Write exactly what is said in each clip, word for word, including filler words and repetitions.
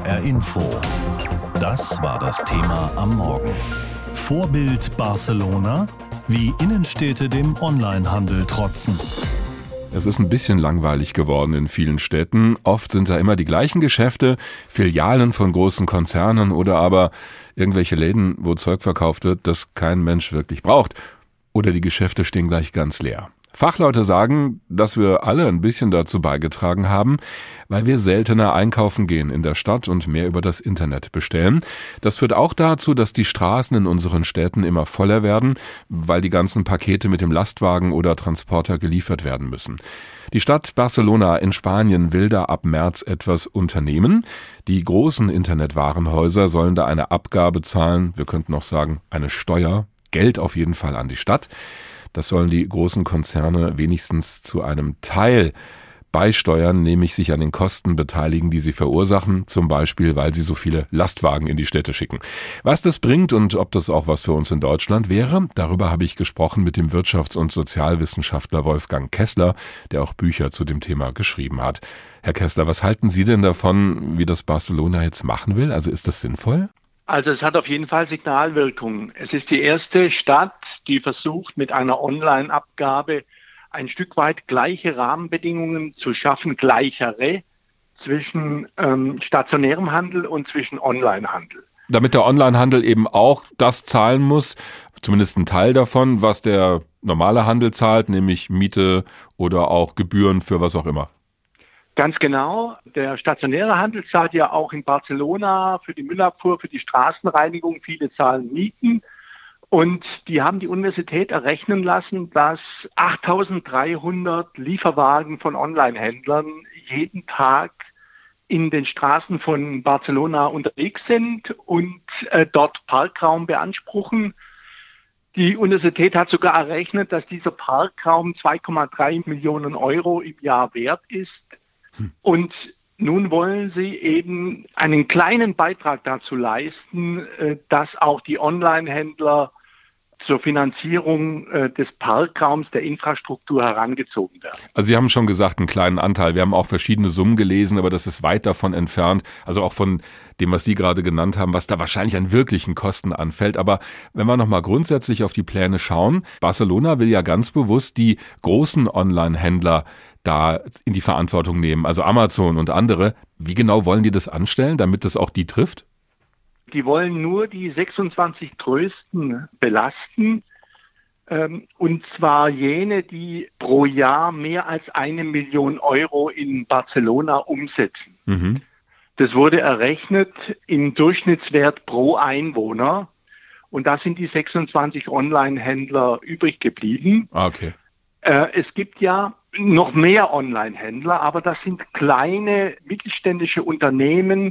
R Info. Das war das Thema am Morgen. Vorbild Barcelona? Wie Innenstädte dem Onlinehandel trotzen. Es ist ein bisschen langweilig geworden in vielen Städten. Oft sind da immer die gleichen Geschäfte, Filialen von großen Konzernen oder aber irgendwelche Läden, wo Zeug verkauft wird, das kein Mensch wirklich braucht. Oder die Geschäfte stehen gleich ganz leer. Fachleute sagen, dass wir alle ein bisschen dazu beigetragen haben, weil wir seltener einkaufen gehen in der Stadt und mehr über das Internet bestellen. Das führt auch dazu, dass die Straßen in unseren Städten immer voller werden, weil die ganzen Pakete mit dem Lastwagen oder Transporter geliefert werden müssen. Die Stadt Barcelona in Spanien will da ab März etwas unternehmen. Die großen Internetwarenhäuser sollen da eine Abgabe zahlen, wir könnten auch sagen eine Steuer, Geld auf jeden Fall an die Stadt. Das sollen die großen Konzerne wenigstens zu einem Teil beisteuern, nämlich sich an den Kosten beteiligen, die sie verursachen, zum Beispiel, weil sie so viele Lastwagen in die Städte schicken. Was das bringt und ob das auch was für uns in Deutschland wäre, darüber habe ich gesprochen mit dem Wirtschafts- und Sozialwissenschaftler Wolfgang Kessler, der auch Bücher zu dem Thema geschrieben hat. Herr Kessler, was halten Sie denn davon, wie das Barcelona jetzt machen will? Also ist das sinnvoll? Also es hat auf jeden Fall Signalwirkung. Es ist die erste Stadt, die versucht, mit einer Online-Abgabe ein Stück weit gleiche Rahmenbedingungen zu schaffen, gleichere zwischen ähm, stationärem Handel und zwischen Onlinehandel. Damit der Onlinehandel eben auch das zahlen muss, zumindest ein Teil davon, was der normale Handel zahlt, nämlich Miete oder auch Gebühren für was auch immer. Ganz genau. Der stationäre Handel zahlt ja auch in Barcelona für die Müllabfuhr, für die Straßenreinigung. Viele zahlen Mieten. Und die haben die Universität errechnen lassen, dass achttausenddreihundert Lieferwagen von Online-Händlern jeden Tag in den Straßen von Barcelona unterwegs sind und äh, dort Parkraum beanspruchen. Die Universität hat sogar errechnet, dass dieser Parkraum zwei Komma drei Millionen Euro im Jahr wert ist. Und nun wollen sie eben einen kleinen Beitrag dazu leisten, dass auch die Online-Händler zur Finanzierung des Parkraums, der Infrastruktur herangezogen werden. Also Sie haben schon gesagt, einen kleinen Anteil. Wir haben auch verschiedene Summen gelesen, aber das ist weit davon entfernt, also auch von dem, was Sie gerade genannt haben, was da wahrscheinlich an wirklichen Kosten anfällt. Aber wenn wir nochmal grundsätzlich auf die Pläne schauen, Barcelona will ja ganz bewusst die großen Online-Händler da in die Verantwortung nehmen, also Amazon und andere. Wie genau wollen die das anstellen, damit das auch die trifft? Die wollen nur die sechsundzwanzig größten belasten, ähm, und zwar jene, die pro Jahr mehr als eine Million Euro in Barcelona umsetzen. Mhm. Das wurde errechnet im Durchschnittswert pro Einwohner und da sind die sechsundzwanzig Online-Händler übrig geblieben. Okay. Äh, es gibt ja noch mehr Online-Händler, aber das sind kleine mittelständische Unternehmen,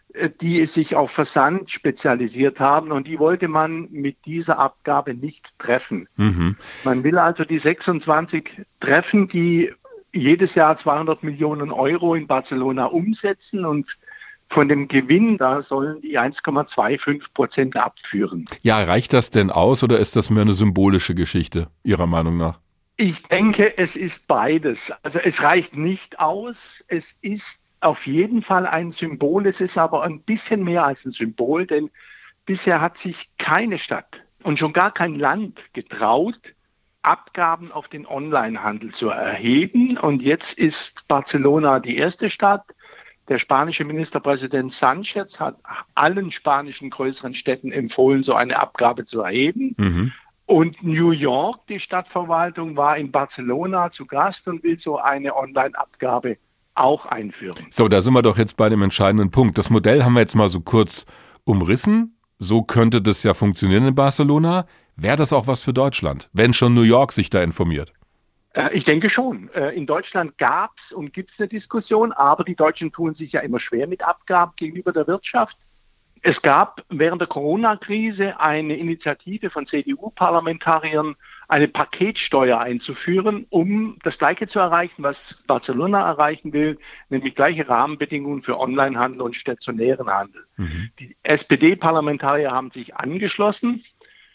die sich auf Versand spezialisiert haben und die wollte man mit dieser Abgabe nicht treffen. Mhm. Man will also die sechsundzwanzig treffen, die jedes Jahr zweihundert Millionen Euro in Barcelona umsetzen und von dem Gewinn, da sollen die eins Komma fünfundzwanzig Prozent abführen. Ja, reicht das denn aus oder ist das mehr eine symbolische Geschichte, Ihrer Meinung nach? Ich denke, es ist beides. Also es reicht nicht aus, es ist auf jeden Fall ein Symbol, es ist aber ein bisschen mehr als ein Symbol, denn bisher hat sich keine Stadt und schon gar kein Land getraut, Abgaben auf den Onlinehandel zu erheben. Und jetzt ist Barcelona die erste Stadt. Der spanische Ministerpräsident Sánchez hat allen spanischen größeren Städten empfohlen, so eine Abgabe zu erheben. Mhm. Und New York, die Stadtverwaltung, war in Barcelona zu Gast und will so eine Online-Abgabe auch einführen. So, da sind wir doch jetzt bei dem entscheidenden Punkt. Das Modell haben wir jetzt mal so kurz umrissen. So könnte das ja funktionieren in Barcelona. Wäre das auch was für Deutschland, wenn schon New York sich da informiert? Ich denke schon. In Deutschland gab es und gibt es eine Diskussion, aber die Deutschen tun sich ja immer schwer mit Abgaben gegenüber der Wirtschaft. Es gab während der Corona-Krise eine Initiative von C D U-Parlamentariern, eine Paketsteuer einzuführen, um das Gleiche zu erreichen, was Barcelona erreichen will, nämlich gleiche Rahmenbedingungen für Onlinehandel und stationären Handel. Mhm. Die S P D-Parlamentarier haben sich angeschlossen,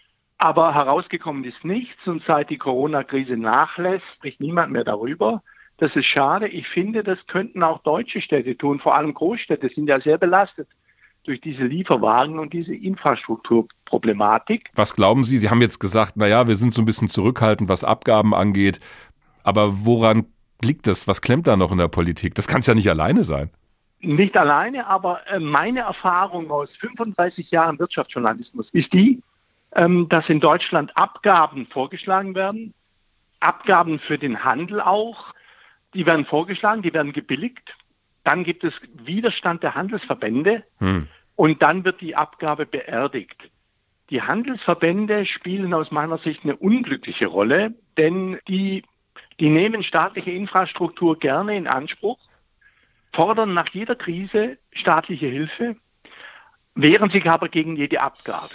aber herausgekommen ist nichts und seit die Corona-Krise nachlässt, spricht niemand mehr darüber. Das ist schade. Ich finde, das könnten auch deutsche Städte tun. Vor allem Großstädte sind ja sehr belastet durch diese Lieferwagen und diese Infrastrukturproblematik. Was glauben Sie? Sie haben jetzt gesagt, naja, wir sind so ein bisschen zurückhaltend, was Abgaben angeht. Aber woran liegt das? Was klemmt da noch in der Politik? Das kann es ja nicht alleine sein. Nicht alleine, aber meine Erfahrung aus fünfunddreißig Jahren Wirtschaftsjournalismus ist die, dass in Deutschland Abgaben vorgeschlagen werden. Abgaben für den Handel auch. Die werden vorgeschlagen, die werden gebilligt. Dann gibt es Widerstand der Handelsverbände hm. und dann wird die Abgabe beerdigt. Die Handelsverbände spielen aus meiner Sicht eine unglückliche Rolle, denn die, die nehmen staatliche Infrastruktur gerne in Anspruch, fordern nach jeder Krise staatliche Hilfe, wehren sich aber gegen jede Abgabe.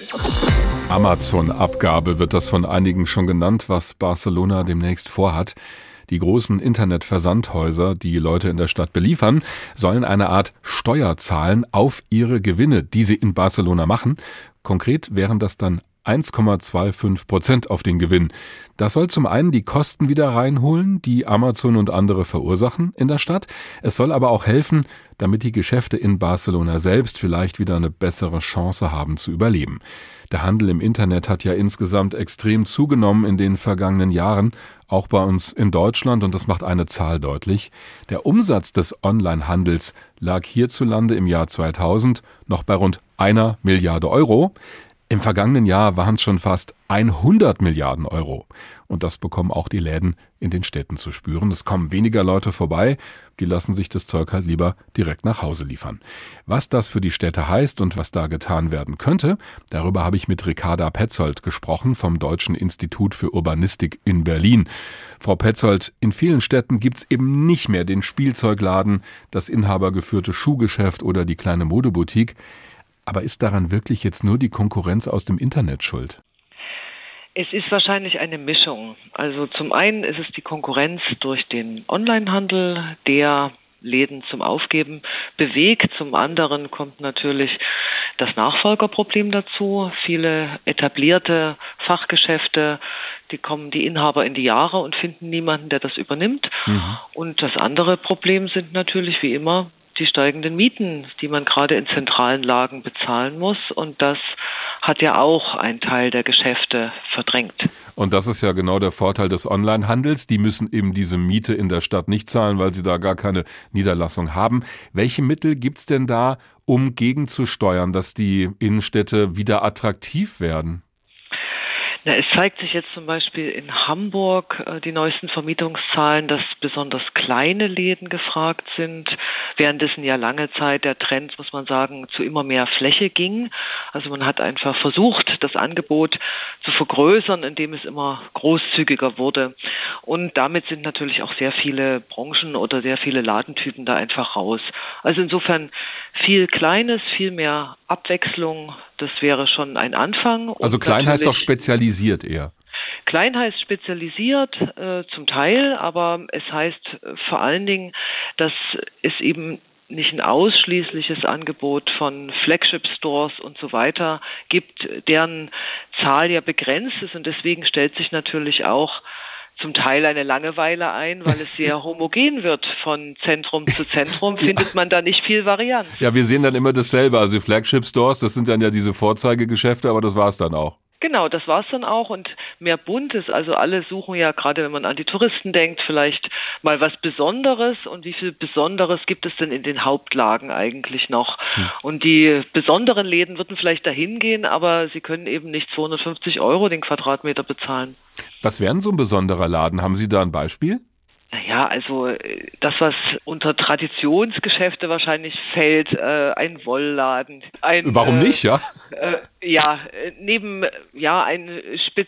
Amazon-Abgabe wird das von einigen schon genannt, was Barcelona demnächst vorhat. Die großen Internetversandhäuser, die Leute in der Stadt beliefern, sollen eine Art Steuer zahlen auf ihre Gewinne, die sie in Barcelona machen. Konkret wären das dann eins Komma fünfundzwanzig Prozent auf den Gewinn. Das soll zum einen die Kosten wieder reinholen, die Amazon und andere verursachen in der Stadt. Es soll aber auch helfen, damit die Geschäfte in Barcelona selbst vielleicht wieder eine bessere Chance haben zu überleben. Der Handel im Internet hat ja insgesamt extrem zugenommen in den vergangenen Jahren, auch bei uns in Deutschland, und das macht eine Zahl deutlich. Der Umsatz des Onlinehandels lag hierzulande im Jahr zweitausend noch bei rund einer Milliarde Euro. Im vergangenen Jahr waren es schon fast hundert Milliarden Euro. Und das bekommen auch die Läden in den Städten zu spüren. Es kommen weniger Leute vorbei, die lassen sich das Zeug halt lieber direkt nach Hause liefern. Was das für die Städte heißt und was da getan werden könnte, darüber habe ich mit Ricarda Petzold gesprochen vom Deutschen Institut für Urbanistik in Berlin. Frau Petzold, in vielen Städten gibt's eben nicht mehr den Spielzeugladen, das inhabergeführte Schuhgeschäft oder die kleine Modeboutique. Aber ist daran wirklich jetzt nur die Konkurrenz aus dem Internet schuld? Es ist wahrscheinlich eine Mischung. Also zum einen ist es die Konkurrenz durch den Onlinehandel, der Läden zum Aufgeben bewegt. Zum anderen kommt natürlich das Nachfolgerproblem dazu. Viele etablierte Fachgeschäfte, die kommen die Inhaber in die Jahre und finden niemanden, der das übernimmt. Mhm. Und das andere Problem sind natürlich wie immer die steigenden Mieten, die man gerade in zentralen Lagen bezahlen muss. Und das hat ja auch einen Teil der Geschäfte verdrängt. Und das ist ja genau der Vorteil des Onlinehandels. Die müssen eben diese Miete in der Stadt nicht zahlen, weil sie da gar keine Niederlassung haben. Welche Mittel gibt's denn da, um gegenzusteuern, dass die Innenstädte wieder attraktiv werden? Na, es zeigt sich jetzt zum Beispiel in Hamburg äh, die neuesten Vermietungszahlen, dass besonders kleine Läden gefragt sind, währenddessen ja lange Zeit der Trend, muss man sagen, zu immer mehr Fläche ging. Also man hat einfach versucht, das Angebot zu vergrößern, indem es immer großzügiger wurde. Und damit sind natürlich auch sehr viele Branchen oder sehr viele Ladentypen da einfach raus. Also insofern viel Kleines, viel mehr Abwechslung, das wäre schon ein Anfang. Und also klein heißt doch spezialisiert eher. Klein heißt spezialisiert, äh, zum Teil, aber es heißt äh, vor allen Dingen, dass es eben nicht ein ausschließliches Angebot von Flagship-Stores und so weiter gibt, deren Zahl ja begrenzt ist, und deswegen stellt sich natürlich auch zum Teil eine Langeweile ein, weil es sehr homogen wird von Zentrum zu Zentrum, findet man da nicht viel Varianz. Ja, wir sehen dann immer dasselbe, also Flagship-Stores, das sind dann ja diese Vorzeigegeschäfte, aber das war's dann auch. Genau, das war's dann auch, und mehr Buntes. Also alle suchen ja, gerade wenn man an die Touristen denkt, vielleicht mal was Besonderes. Und wie viel Besonderes gibt es denn in den Hauptlagen eigentlich noch? Hm. Und die besonderen Läden würden vielleicht dahin gehen, aber sie können eben nicht zweihundertfünfzig Euro den Quadratmeter bezahlen. Was wäre denn so ein besonderer Laden? Haben Sie da ein Beispiel? Naja, also das, was unter Traditionsgeschäfte wahrscheinlich fällt, äh, ein Wollladen. Ein, Warum nicht, ja? Äh, ja, neben ja ein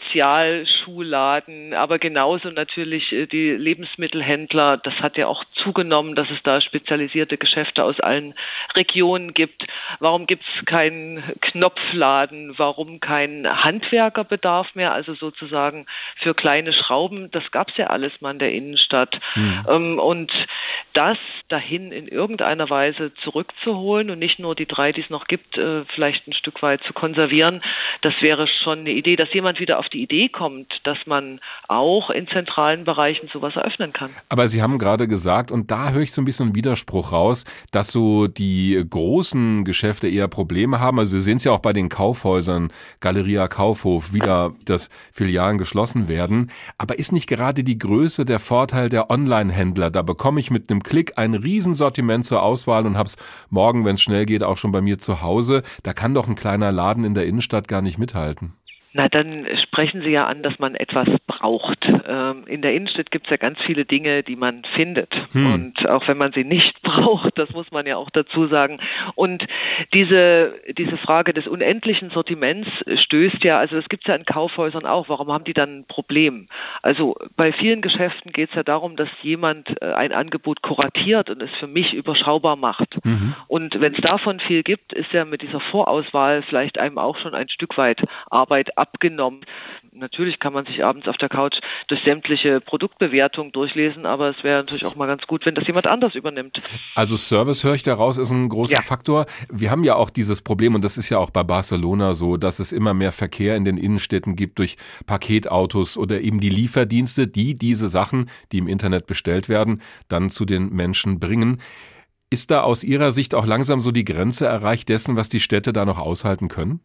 Spezialschuhladen, aber genauso natürlich die Lebensmittelhändler. Das hat ja auch zugenommen, dass es da spezialisierte Geschäfte aus allen Regionen gibt. Warum gibt es keinen Knopfladen? Warum kein Handwerkerbedarf mehr? Also sozusagen für kleine Schrauben. Das gab es ja alles mal in der Innenstadt. Innenstadt. Mhm. Ähm, und das dahin in irgendeiner Weise zurückzuholen und nicht nur die drei, die es noch gibt, äh, vielleicht ein Stück weit zu konservieren, das wäre schon eine Idee, dass jemand wieder auf die Idee kommt, dass man auch in zentralen Bereichen sowas eröffnen kann. Aber Sie haben gerade gesagt, und da höre ich so ein bisschen einen Widerspruch raus, dass so die großen Geschäfte eher Probleme haben. Also wir sehen es ja auch bei den Kaufhäusern, Galeria Kaufhof, wieder, dass Filialen geschlossen werden. Aber ist nicht gerade die Größe der Vorteil der Online-Händler? Da bekomme ich mit einem Klick ein Riesensortiment zur Auswahl und hab's morgen, wenn es schnell geht, auch schon bei mir zu Hause. Da kann doch ein kleiner Laden in der Innenstadt gar nicht mithalten. Na, dann sprechen Sie ja an, dass man etwas braucht. Ähm, in der Innenstadt gibt es ja ganz viele Dinge, die man findet. Hm. Und auch wenn man sie nicht braucht, das muss man ja auch dazu sagen. Und diese, diese Frage des unendlichen Sortiments stößt ja, also das gibt es ja in Kaufhäusern auch. Warum haben die dann ein Problem? Also bei vielen Geschäften geht es ja darum, dass jemand ein Angebot kuratiert und es für mich überschaubar macht. Mhm. Und wenn es davon viel gibt, ist ja mit dieser Vorauswahl vielleicht einem auch schon ein Stück weit Arbeit abgenommen. Natürlich kann man sich abends auf der Couch durch sämtliche Produktbewertungen durchlesen, aber es wäre natürlich auch mal ganz gut, wenn das jemand anders übernimmt. Also Service, höre ich daraus, ist ein großer ja. Faktor. Wir haben ja auch dieses Problem, und das ist ja auch bei Barcelona so, dass es immer mehr Verkehr in den Innenstädten gibt durch Paketautos oder eben die Lieferdienste, die diese Sachen, die im Internet bestellt werden, dann zu den Menschen bringen. Ist da aus Ihrer Sicht auch langsam so die Grenze erreicht dessen, was die Städte da noch aushalten können?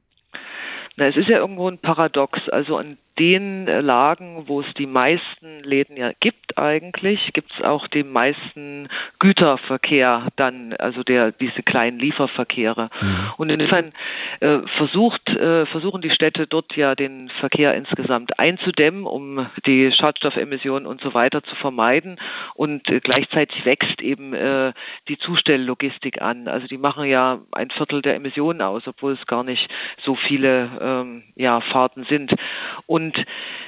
Na, es ist ja irgendwo ein Paradox. Also an den Lagen, wo es die meisten Läden ja gibt eigentlich, gibt es auch den meisten Güterverkehr dann, also der diese kleinen Lieferverkehre. Mhm. Und insofern äh, versucht, äh, versuchen die Städte dort ja den Verkehr insgesamt einzudämmen, um die Schadstoffemissionen und so weiter zu vermeiden. Und äh, gleichzeitig wächst eben äh, die Zustelllogistik an. Also die machen ja ein Viertel der Emissionen aus, obwohl es gar nicht so viele ähm, ja, Fahrten sind. Und Und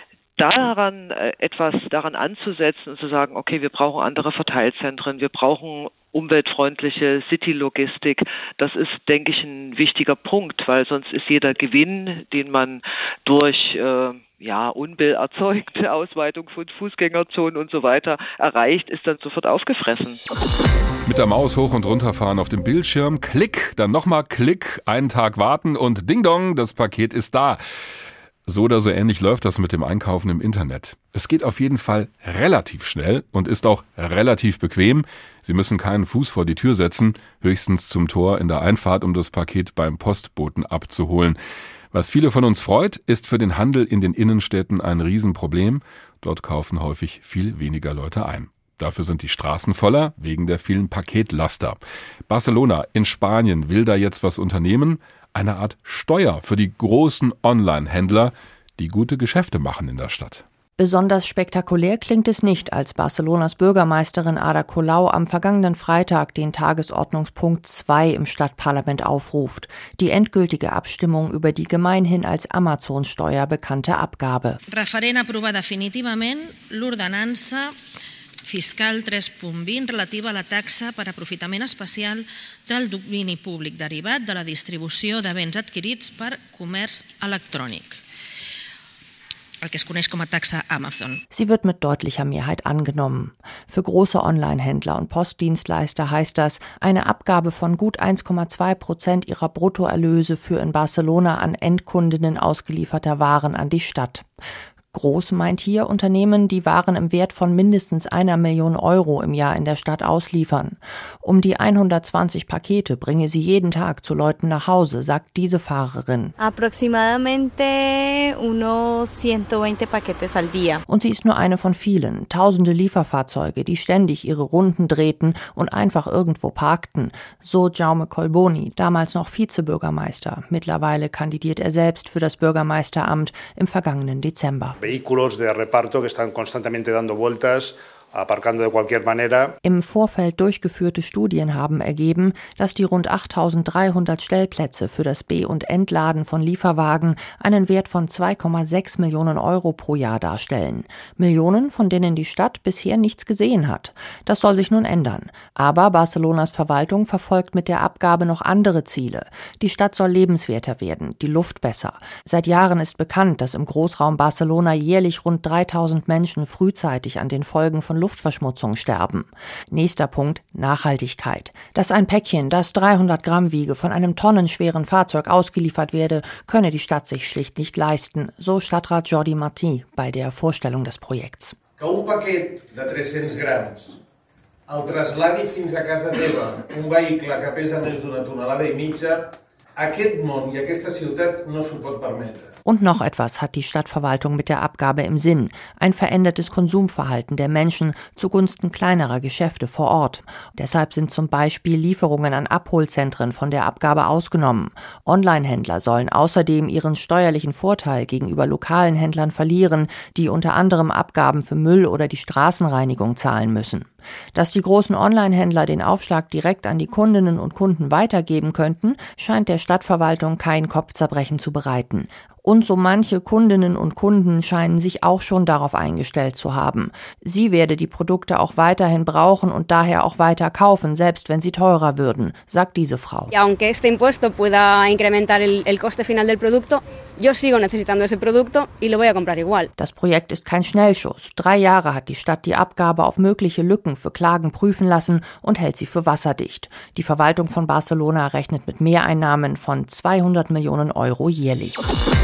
daran äh, etwas daran anzusetzen und zu sagen, okay, wir brauchen andere Verteilzentren, wir brauchen umweltfreundliche City-Logistik, das ist, denke ich, ein wichtiger Punkt, weil sonst ist jeder Gewinn, den man durch äh, ja, unbillerzeugte Ausweitung von Fußgängerzonen und so weiter erreicht, ist dann sofort aufgefressen. Mit der Maus hoch und runter fahren auf dem Bildschirm, Klick, dann nochmal Klick, einen Tag warten und Ding Dong, das Paket ist da. So oder so ähnlich läuft das mit dem Einkaufen im Internet. Es geht auf jeden Fall relativ schnell und ist auch relativ bequem. Sie müssen keinen Fuß vor die Tür setzen, höchstens zum Tor in der Einfahrt, um das Paket beim Postboten abzuholen. Was viele von uns freut, ist für den Handel in den Innenstädten ein Riesenproblem. Dort kaufen häufig viel weniger Leute ein. Dafür sind die Straßen voller, wegen der vielen Paketlaster. Barcelona in Spanien will da jetzt was unternehmen. Eine Art Steuer für die großen Online-Händler, die gute Geschäfte machen in der Stadt. Besonders spektakulär klingt es nicht, als Barcelonas Bürgermeisterin Ada Colau am vergangenen Freitag den Tagesordnungspunkt zwei im Stadtparlament aufruft. Die endgültige Abstimmung über die gemeinhin als Amazon-Steuer bekannte Abgabe. Referent aprovar definitivament l'ordenança fiscal tres punt vint relativa a la taxa per aprofitament especial del domini públic derivat de la distribució de béns adquirits per comerç electrònic, el que es coneix com a taxa Amazon. Sie wird mit deutlicher Mehrheit angenommen. Für große Online-Händler und Postdienstleister heißt das eine Abgabe von gut eins Komma zwei Prozent ihrer Bruttoerlöse für in Barcelona an Endkundinnen ausgelieferter Waren an die Stadt. Groß meint hier Unternehmen, die Waren im Wert von mindestens einer Million Euro im Jahr in der Stadt ausliefern. Um die hundertzwanzig Pakete bringe sie jeden Tag zu Leuten nach Hause, sagt diese Fahrerin. Aproximadamente unos ciento veinte paquetes al día. Und sie ist nur eine von vielen. Tausende Lieferfahrzeuge, die ständig ihre Runden drehten und einfach irgendwo parkten. So Jaume Colboni, damals noch Vizebürgermeister. Mittlerweile kandidiert er selbst für das Bürgermeisteramt im vergangenen Dezember. Vehículos de reparto que están constantemente dando vueltas, aparcando de cualquier manera. Im Vorfeld durchgeführte Studien haben ergeben, dass die rund achttausenddreihundert Stellplätze für das Be- und Entladen von Lieferwagen einen Wert von zwei Komma sechs Millionen Euro pro Jahr darstellen. Millionen, von denen die Stadt bisher nichts gesehen hat. Das soll sich nun ändern. Aber Barcelonas Verwaltung verfolgt mit der Abgabe noch andere Ziele. Die Stadt soll lebenswerter werden, die Luft besser. Seit Jahren ist bekannt, dass im Großraum Barcelona jährlich rund dreitausend Menschen frühzeitig an den Folgen von Luftverschmutzung sterben. Nächster Punkt: Nachhaltigkeit. Dass ein Päckchen, das dreihundert Gramm wiege, von einem tonnenschweren Fahrzeug ausgeliefert werde, könne die Stadt sich schlicht nicht leisten, so Stadtrat Jordi Martí bei der Vorstellung des Projekts. Que un paquet de tres-cents grams el trasladi fins a casa teva un vehicle que pesa més d'una tonelada i mitja, aquest món i aquesta ciutat no s'ho pot permetre. Und noch etwas hat die Stadtverwaltung mit der Abgabe im Sinn: ein verändertes Konsumverhalten der Menschen zugunsten kleinerer Geschäfte vor Ort. Deshalb sind zum Beispiel Lieferungen an Abholzentren von der Abgabe ausgenommen. Onlinehändler sollen außerdem ihren steuerlichen Vorteil gegenüber lokalen Händlern verlieren, die unter anderem Abgaben für Müll oder die Straßenreinigung zahlen müssen. Dass die großen Onlinehändler den Aufschlag direkt an die Kundinnen und Kunden weitergeben könnten, scheint der Stadtverwaltung kein Kopfzerbrechen zu bereiten. Und so manche Kundinnen und Kunden scheinen sich auch schon darauf eingestellt zu haben. Sie werde die Produkte auch weiterhin brauchen und daher auch weiter kaufen, selbst wenn sie teurer würden, sagt diese Frau. Y aunque este impuesto pueda incrementar el, el coste final del producto, yo sigo necesitando ese producto y lo voy a comprar igual. Das Projekt ist kein Schnellschuss. Drei Jahre hat die Stadt die Abgabe auf mögliche Lücken für Klagen prüfen lassen und hält sie für wasserdicht. Die Verwaltung von Barcelona rechnet mit Mehreinnahmen von zweihundert Millionen Euro jährlich.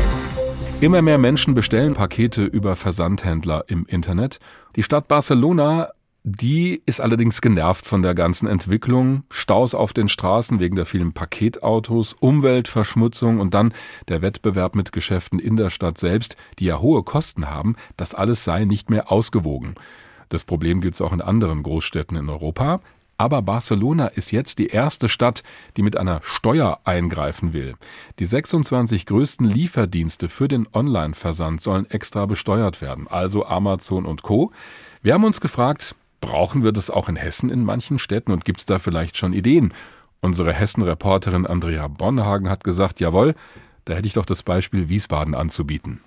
Immer mehr Menschen bestellen Pakete über Versandhändler im Internet. Die Stadt Barcelona, die ist allerdings genervt von der ganzen Entwicklung. Staus auf den Straßen wegen der vielen Paketautos, Umweltverschmutzung und dann der Wettbewerb mit Geschäften in der Stadt selbst, die ja hohe Kosten haben. Das alles sei nicht mehr ausgewogen. Das Problem gibt es auch in anderen Großstädten in Europa. Aber Barcelona ist jetzt die erste Stadt, die mit einer Steuer eingreifen will. Die sechsundzwanzig größten Lieferdienste für den Online-Versand sollen extra besteuert werden, also Amazon und Co. Wir haben uns gefragt, brauchen wir das auch in Hessen in manchen Städten und gibt es da vielleicht schon Ideen? Unsere Hessen-Reporterin Andrea Bonhagen hat gesagt, jawohl, da hätte ich doch das Beispiel Wiesbaden anzubieten.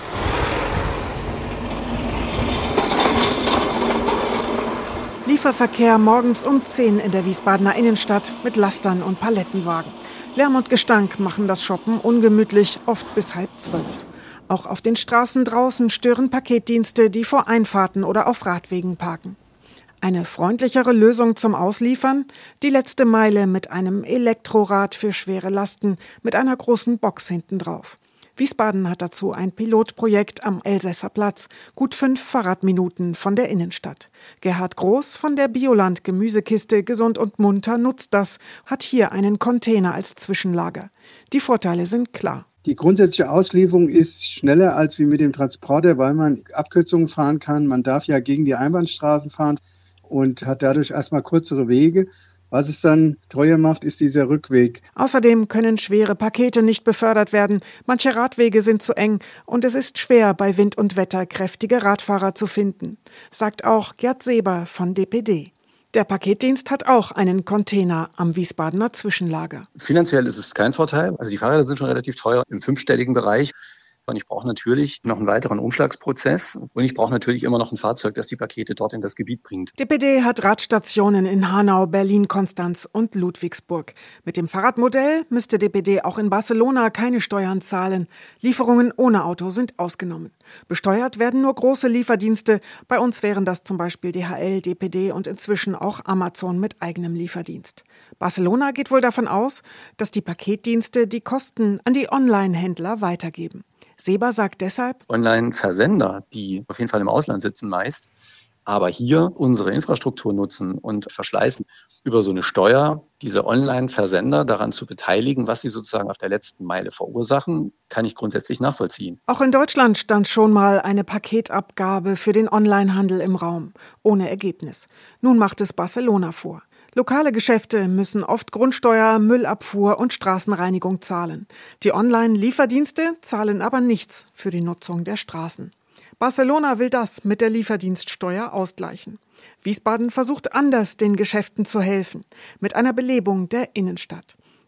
Lieferverkehr morgens um zehn in der Wiesbadener Innenstadt mit Lastern und Palettenwagen. Lärm und Gestank machen das Shoppen ungemütlich, oft bis halb zwölf. Auch auf den Straßen draußen stören Paketdienste, die vor Einfahrten oder auf Radwegen parken. Eine freundlichere Lösung zum Ausliefern? Die letzte Meile mit einem Elektrorad für schwere Lasten mit einer großen Box hinten drauf. Wiesbaden hat dazu ein Pilotprojekt am Elsässer Platz, gut fünf Fahrradminuten von der Innenstadt. Gerhard Groß von der Bioland Gemüsekiste Gesund und Munter nutzt das, hat hier einen Container als Zwischenlager. Die Vorteile sind klar. Die grundsätzliche Auslieferung ist schneller als wie mit dem Transporter, weil man Abkürzungen fahren kann. Man darf ja gegen die Einbahnstraßen fahren und hat dadurch erstmal kürzere Wege. Was es dann teuer macht, ist dieser Rückweg. Außerdem können schwere Pakete nicht befördert werden. Manche Radwege sind zu eng und es ist schwer, bei Wind und Wetter kräftige Radfahrer zu finden, sagt auch Gerd Seber von D P D. Der Paketdienst hat auch einen Container am Wiesbadener Zwischenlager. Finanziell ist es kein Vorteil. Also die Fahrräder sind schon relativ teuer im fünfstelligen Bereich. Und ich brauche natürlich noch einen weiteren Umschlagsprozess und ich brauche natürlich immer noch ein Fahrzeug, das die Pakete dort in das Gebiet bringt. D P D hat Radstationen in Hanau, Berlin, Konstanz und Ludwigsburg. Mit dem Fahrradmodell müsste D P D auch in Barcelona keine Steuern zahlen. Lieferungen ohne Auto sind ausgenommen. Besteuert werden nur große Lieferdienste. Bei uns wären das zum Beispiel D H L, D P D und inzwischen auch Amazon mit eigenem Lieferdienst. Barcelona geht wohl davon aus, dass die Paketdienste die Kosten an die Online-Händler weitergeben. Seber sagt deshalb: Online-Versender, die auf jeden Fall im Ausland sitzen meist, aber hier unsere Infrastruktur nutzen und verschleißen, über so eine Steuer diese Online-Versender daran zu beteiligen, was sie sozusagen auf der letzten Meile verursachen, kann ich grundsätzlich nachvollziehen. Auch in Deutschland stand schon mal eine Paketabgabe für den Onlinehandel im Raum, ohne Ergebnis. Nun macht es Barcelona vor. Lokale Geschäfte müssen oft Grundsteuer, Müllabfuhr und Straßenreinigung zahlen. Die Online-Lieferdienste zahlen aber nichts für die Nutzung der Straßen. Barcelona will das mit der Lieferdienststeuer ausgleichen. Wiesbaden versucht anders, den Geschäften zu helfen, mit einer Belebung der Innenstadt.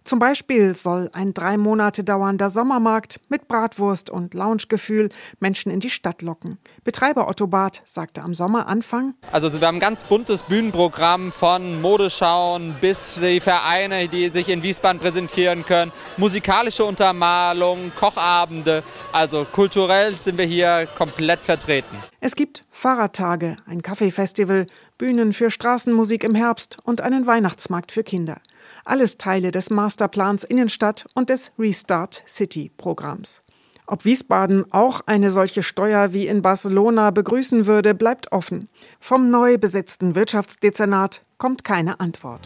Zum Beispiel soll ein drei Monate dauernder Sommermarkt mit Bratwurst und Loungegefühl Menschen in die Stadt locken. Betreiber Otto Barth sagte am Sommeranfang: Also wir haben ein ganz buntes Bühnenprogramm von Modeschauen bis die Vereine, die sich in Wiesbaden präsentieren können, musikalische Untermalung, Kochabende. Also kulturell sind wir hier komplett vertreten. Es gibt Fahrradtage, ein Kaffeefestival, Bühnen für Straßenmusik im Herbst und einen Weihnachtsmarkt für Kinder. Alles Teile des Masterplans Innenstadt und des Restart City-Programms. Ob Wiesbaden auch eine solche Steuer wie in Barcelona begrüßen würde, bleibt offen. Vom neu besetzten Wirtschaftsdezernat kommt keine Antwort.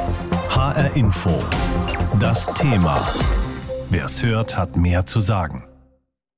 H R Info. Das Thema. Wer es hört, hat mehr zu sagen.